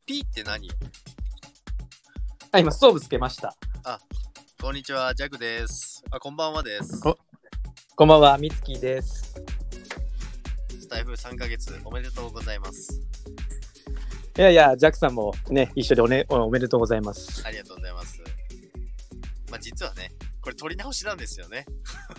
P って何？ 今ストーブつけました。 こんにちは、ジャクです。こんばんはです。 こんばんは、みつきです。 スタイフ3ヶ月おめでとうございます。 いやいや、ジャクさんもね、一緒でおめでとうございます。 ありがとうございます。実はね、これ撮り直しなんですよね。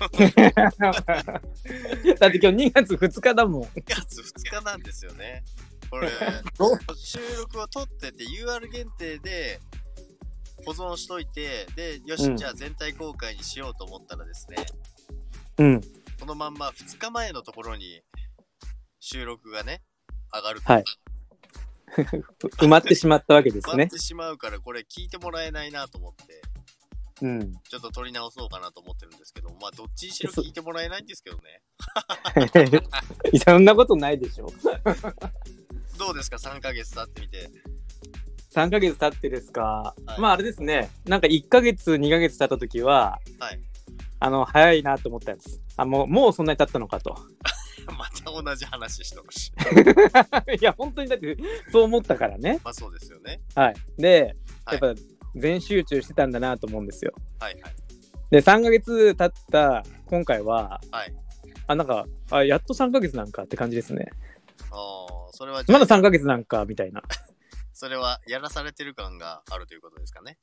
だって今日2月2日だもん。 2月2日なんですよね。これ、収録を撮ってて UR 限定で保存しといて、で、よし、じゃあ全体公開にしようと思ったらですね、そのまんま2日前のところに収録がね、上がると。 はい。埋まってしまったわけですね。 埋まってしまうからこれ聞いてもらえないなと思って、ちょっと撮り直そうかなと思ってるんですけど、どっちにしろ聞いてもらえないんですけどね。 そんなことないでしょ。 どうですか、3ヶ月経ってみて。 3ヶ月経ってですか。はい、あれですね、なんか1ヶ月2ヶ月経った時は、 はい、 早いなと思ったんです。もうそんなに経ったのかと。 また同じ話してほしい。いや本当にだってそう思ったからね。 そうですよね。 はい。で、やっぱ全集中してたんだなと思うんですよ。 はいはい。 で3ヶ月経った今回は、 はい、 なんかやっと3ヶ月なんかって感じですね。 それはまだ3ヶ月なんかみたいな。 それはやらされてる感があるということですかね。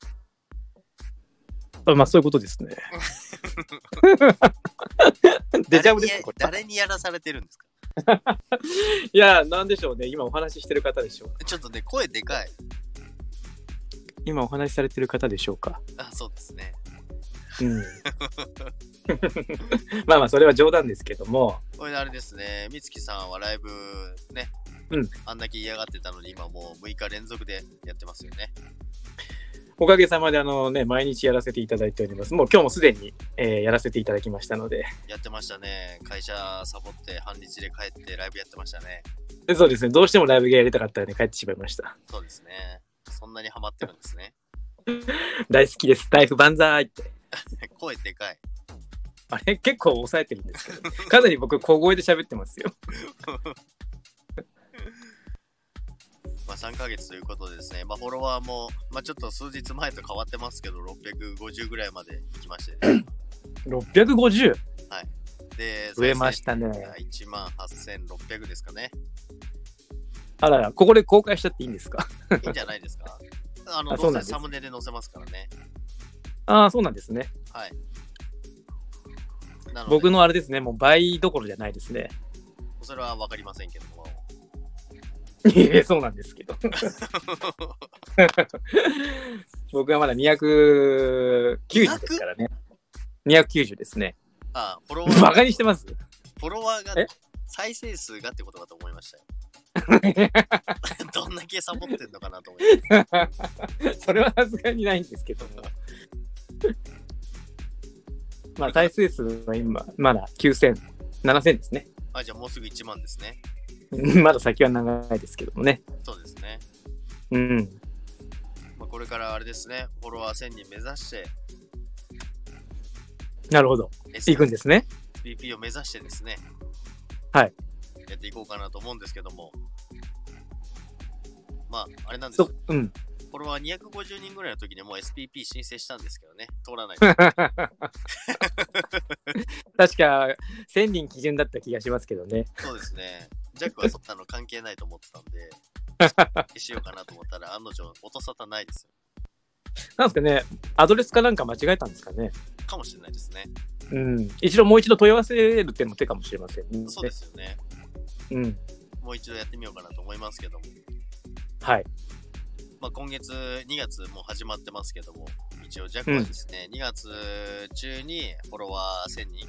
そういうことですね。デジャブですか？ 誰にやらされてるんですか？ いや、なんでしょうね。今お話ししてる方でしょう。 ちょっとね、声でかい。 今お話しされてる方でしょうか？ そうですね。 それは冗談ですけども。 これあれですね、みつきさんはライブね、あんだけ嫌がってたのに今もう6日連続でやってますよね。 おかげさまで毎日やらせていただいております。もう今日もすでに、やらせていただきましたので。 やってましたね。会社サボって半日で帰ってライブやってましたね。 そうですね。どうしてもライブがやりたかったので帰ってしまいました。 そうですね。そんなにハマってるんですね。 大好きです。タイフ万歳って。 声でかい。 あれ結構抑えてるんですけど、かなり僕小声で喋ってますよ。 3ヶ月ということでですね、フォロワーも、ちょっと数日前と変わってますけど、650ぐらいまで行きましてね。 650？ はい。で、 増えましたね。 18,600ですかね。 あらら、ここで公開しちゃっていいんですか？ いいんじゃないですか。どうせサムネで載せますからね。 そうなんですね。 はい。 僕のあれですね、もう倍どころじゃないですね。 それは分かりませんけども。 そうなんですけど。僕はまだ290ですからね。290ですね。 フォロワー。 バカにしてます？ フォロワーが、再生数がってことかと思いましたよ。どんだけサボってんのかなと思いました。それはさすがにないんですけども。再生数は今、まだ9000、7000ですね。 じゃあもうすぐ1万ですね。 まだ先は長いですけどもね。 そうですね。これからあれですね、フォロワー1000人目指して。 なるほど。行くんですね。 SPP を目指してですね。 はい。 やっていこうかなと思うんですけども。あれなんですよ。フォロワー250人ぐらいの時にもう SPP 申請したんですけどね、通らない。 確か1000人基準だった気がしますけどね。 そうですね。ジャックはそんなの関係ないと思ってたんで、しようかなと思ったら案の定音沙汰ないですよ。 なんですかね、アドレスかなんか間違えたんですかね。 かもしれないですね。 もう一度問い合わせるっていうのも手かもしれませんね。 そうですよね。もう一度やってみようかなと思いますけども。 はい。 今月2月も始まってますけども、一応ジャックはですね、2月中にフォロワー1000人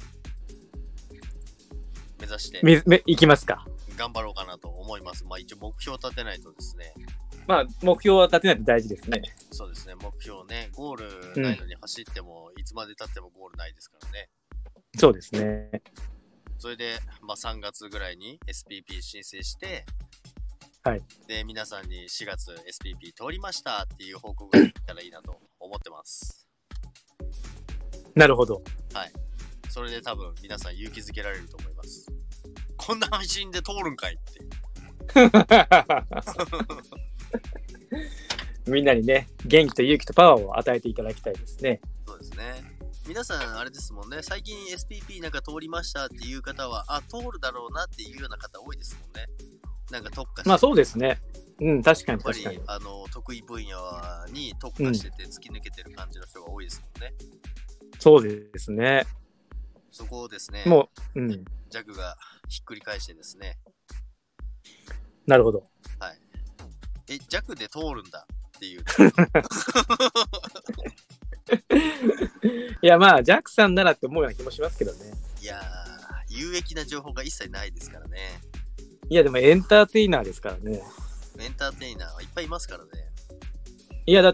目指していきますか。 頑張ろうかなと思います。一応目標を立てないとですね。 目標は立てないと大事ですね。 そうですね、目標ね、ゴールないのに走っても、いつまで経ってもゴールないですからね。 そうですね。 それで、3月ぐらいに SPP 申請して、 はい。 で、皆さんに4月 SPP 通りましたっていう報告ができたらいいなと思ってます。 なるほど。 はい。それで多分皆さん勇気づけられると思います。こんな配信で通るんかいって。 みんなにね、元気と勇気とパワーを与えていただきたいですね。 そうですね。皆さん、あれですもんね、最近 SPP なんか通りましたっていう方は、あ、通るだろうなっていうような方多いですもんね。なんか特化して。 まあそうですね。うん、確かに確かに。 得意分野に特化してて突き抜けてる感じの人が多いですもんね。 そうですね。 そこをですね、 もう、 ジャグがひっくり返してですね。 なるほど。 はい。ジャグで通るんだっていう。 いや、まあ、ジャックさんならって思うような気もしますけどね。 いやー、有益な情報が一切ないですからね。 いや、でもエンターテイナーですからね。 エンターテイナーはいっぱいいますからね。 いや、だって、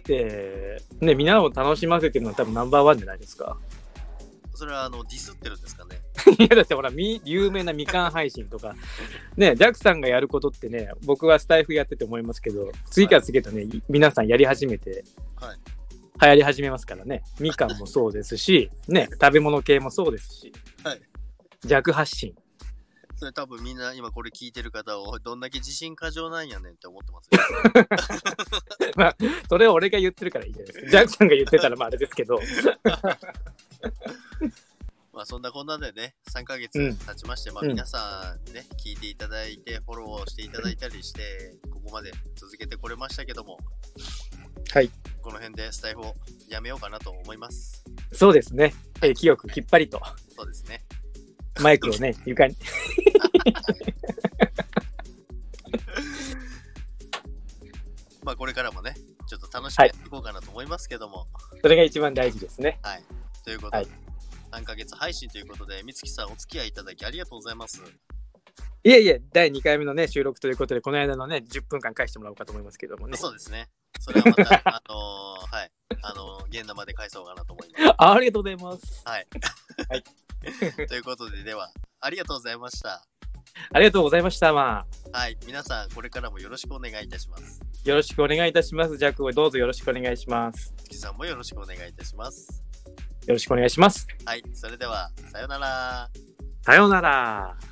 ね、みんなを楽しませてるのは多分ナンバーワンじゃないですか。 それはディスってるんですかね。 いや、だってほら、有名なみかん配信とか、ね、ジャックさんがやることってね、僕はスタイフやってて思いますけど、次から次へとね、皆さんやり始めて、 はい、 流行り始めますからね。みかんもそうですし、ね、食べ物系もそうですし、 はい、 ジャック発信。 それ多分みんな今これ聞いてる方をどんだけ自信過剰なんやねんって思ってますよ。 まあ、それは俺が言ってるからいいじゃないですか。ジャックさんが言ってたらまああれですけど。 まあそんなこんなでね、3ヶ月経ちまして、まあ皆さんね、聞いていただいて、フォローしていただいたりして、ここまで続けてこれましたけども、 はい。 この辺でスタイフをやめようかなと思います。 そうですね。清くきっぱりと。 そうですね。 マイクをね、床に。 まあこれからもね、ちょっと楽しくやっていこうかなと思いますけども。はい、 それが一番大事ですね。 はい。ということで、3ヶ月配信ということで、みつきさんお付き合いいただきありがとうございます。 いえいえ、第2回目のね、収録ということで、この間のね、10分間返してもらおうかと思いますけどもね。 そうですね。それはまた、はい。現生で返そうかなと思います。 ありがとうございます。 はい。はい。ということで、では、ありがとうございました。 ありがとうございました。まあ。はい。皆さん、これからもよろしくお願いいたします。 よろしくお願いいたします。ジャックをどうぞよろしくお願いします。 月さんもよろしくお願いいたします。 よろしくお願いします。 はい。それでは、さようなら。 さようなら。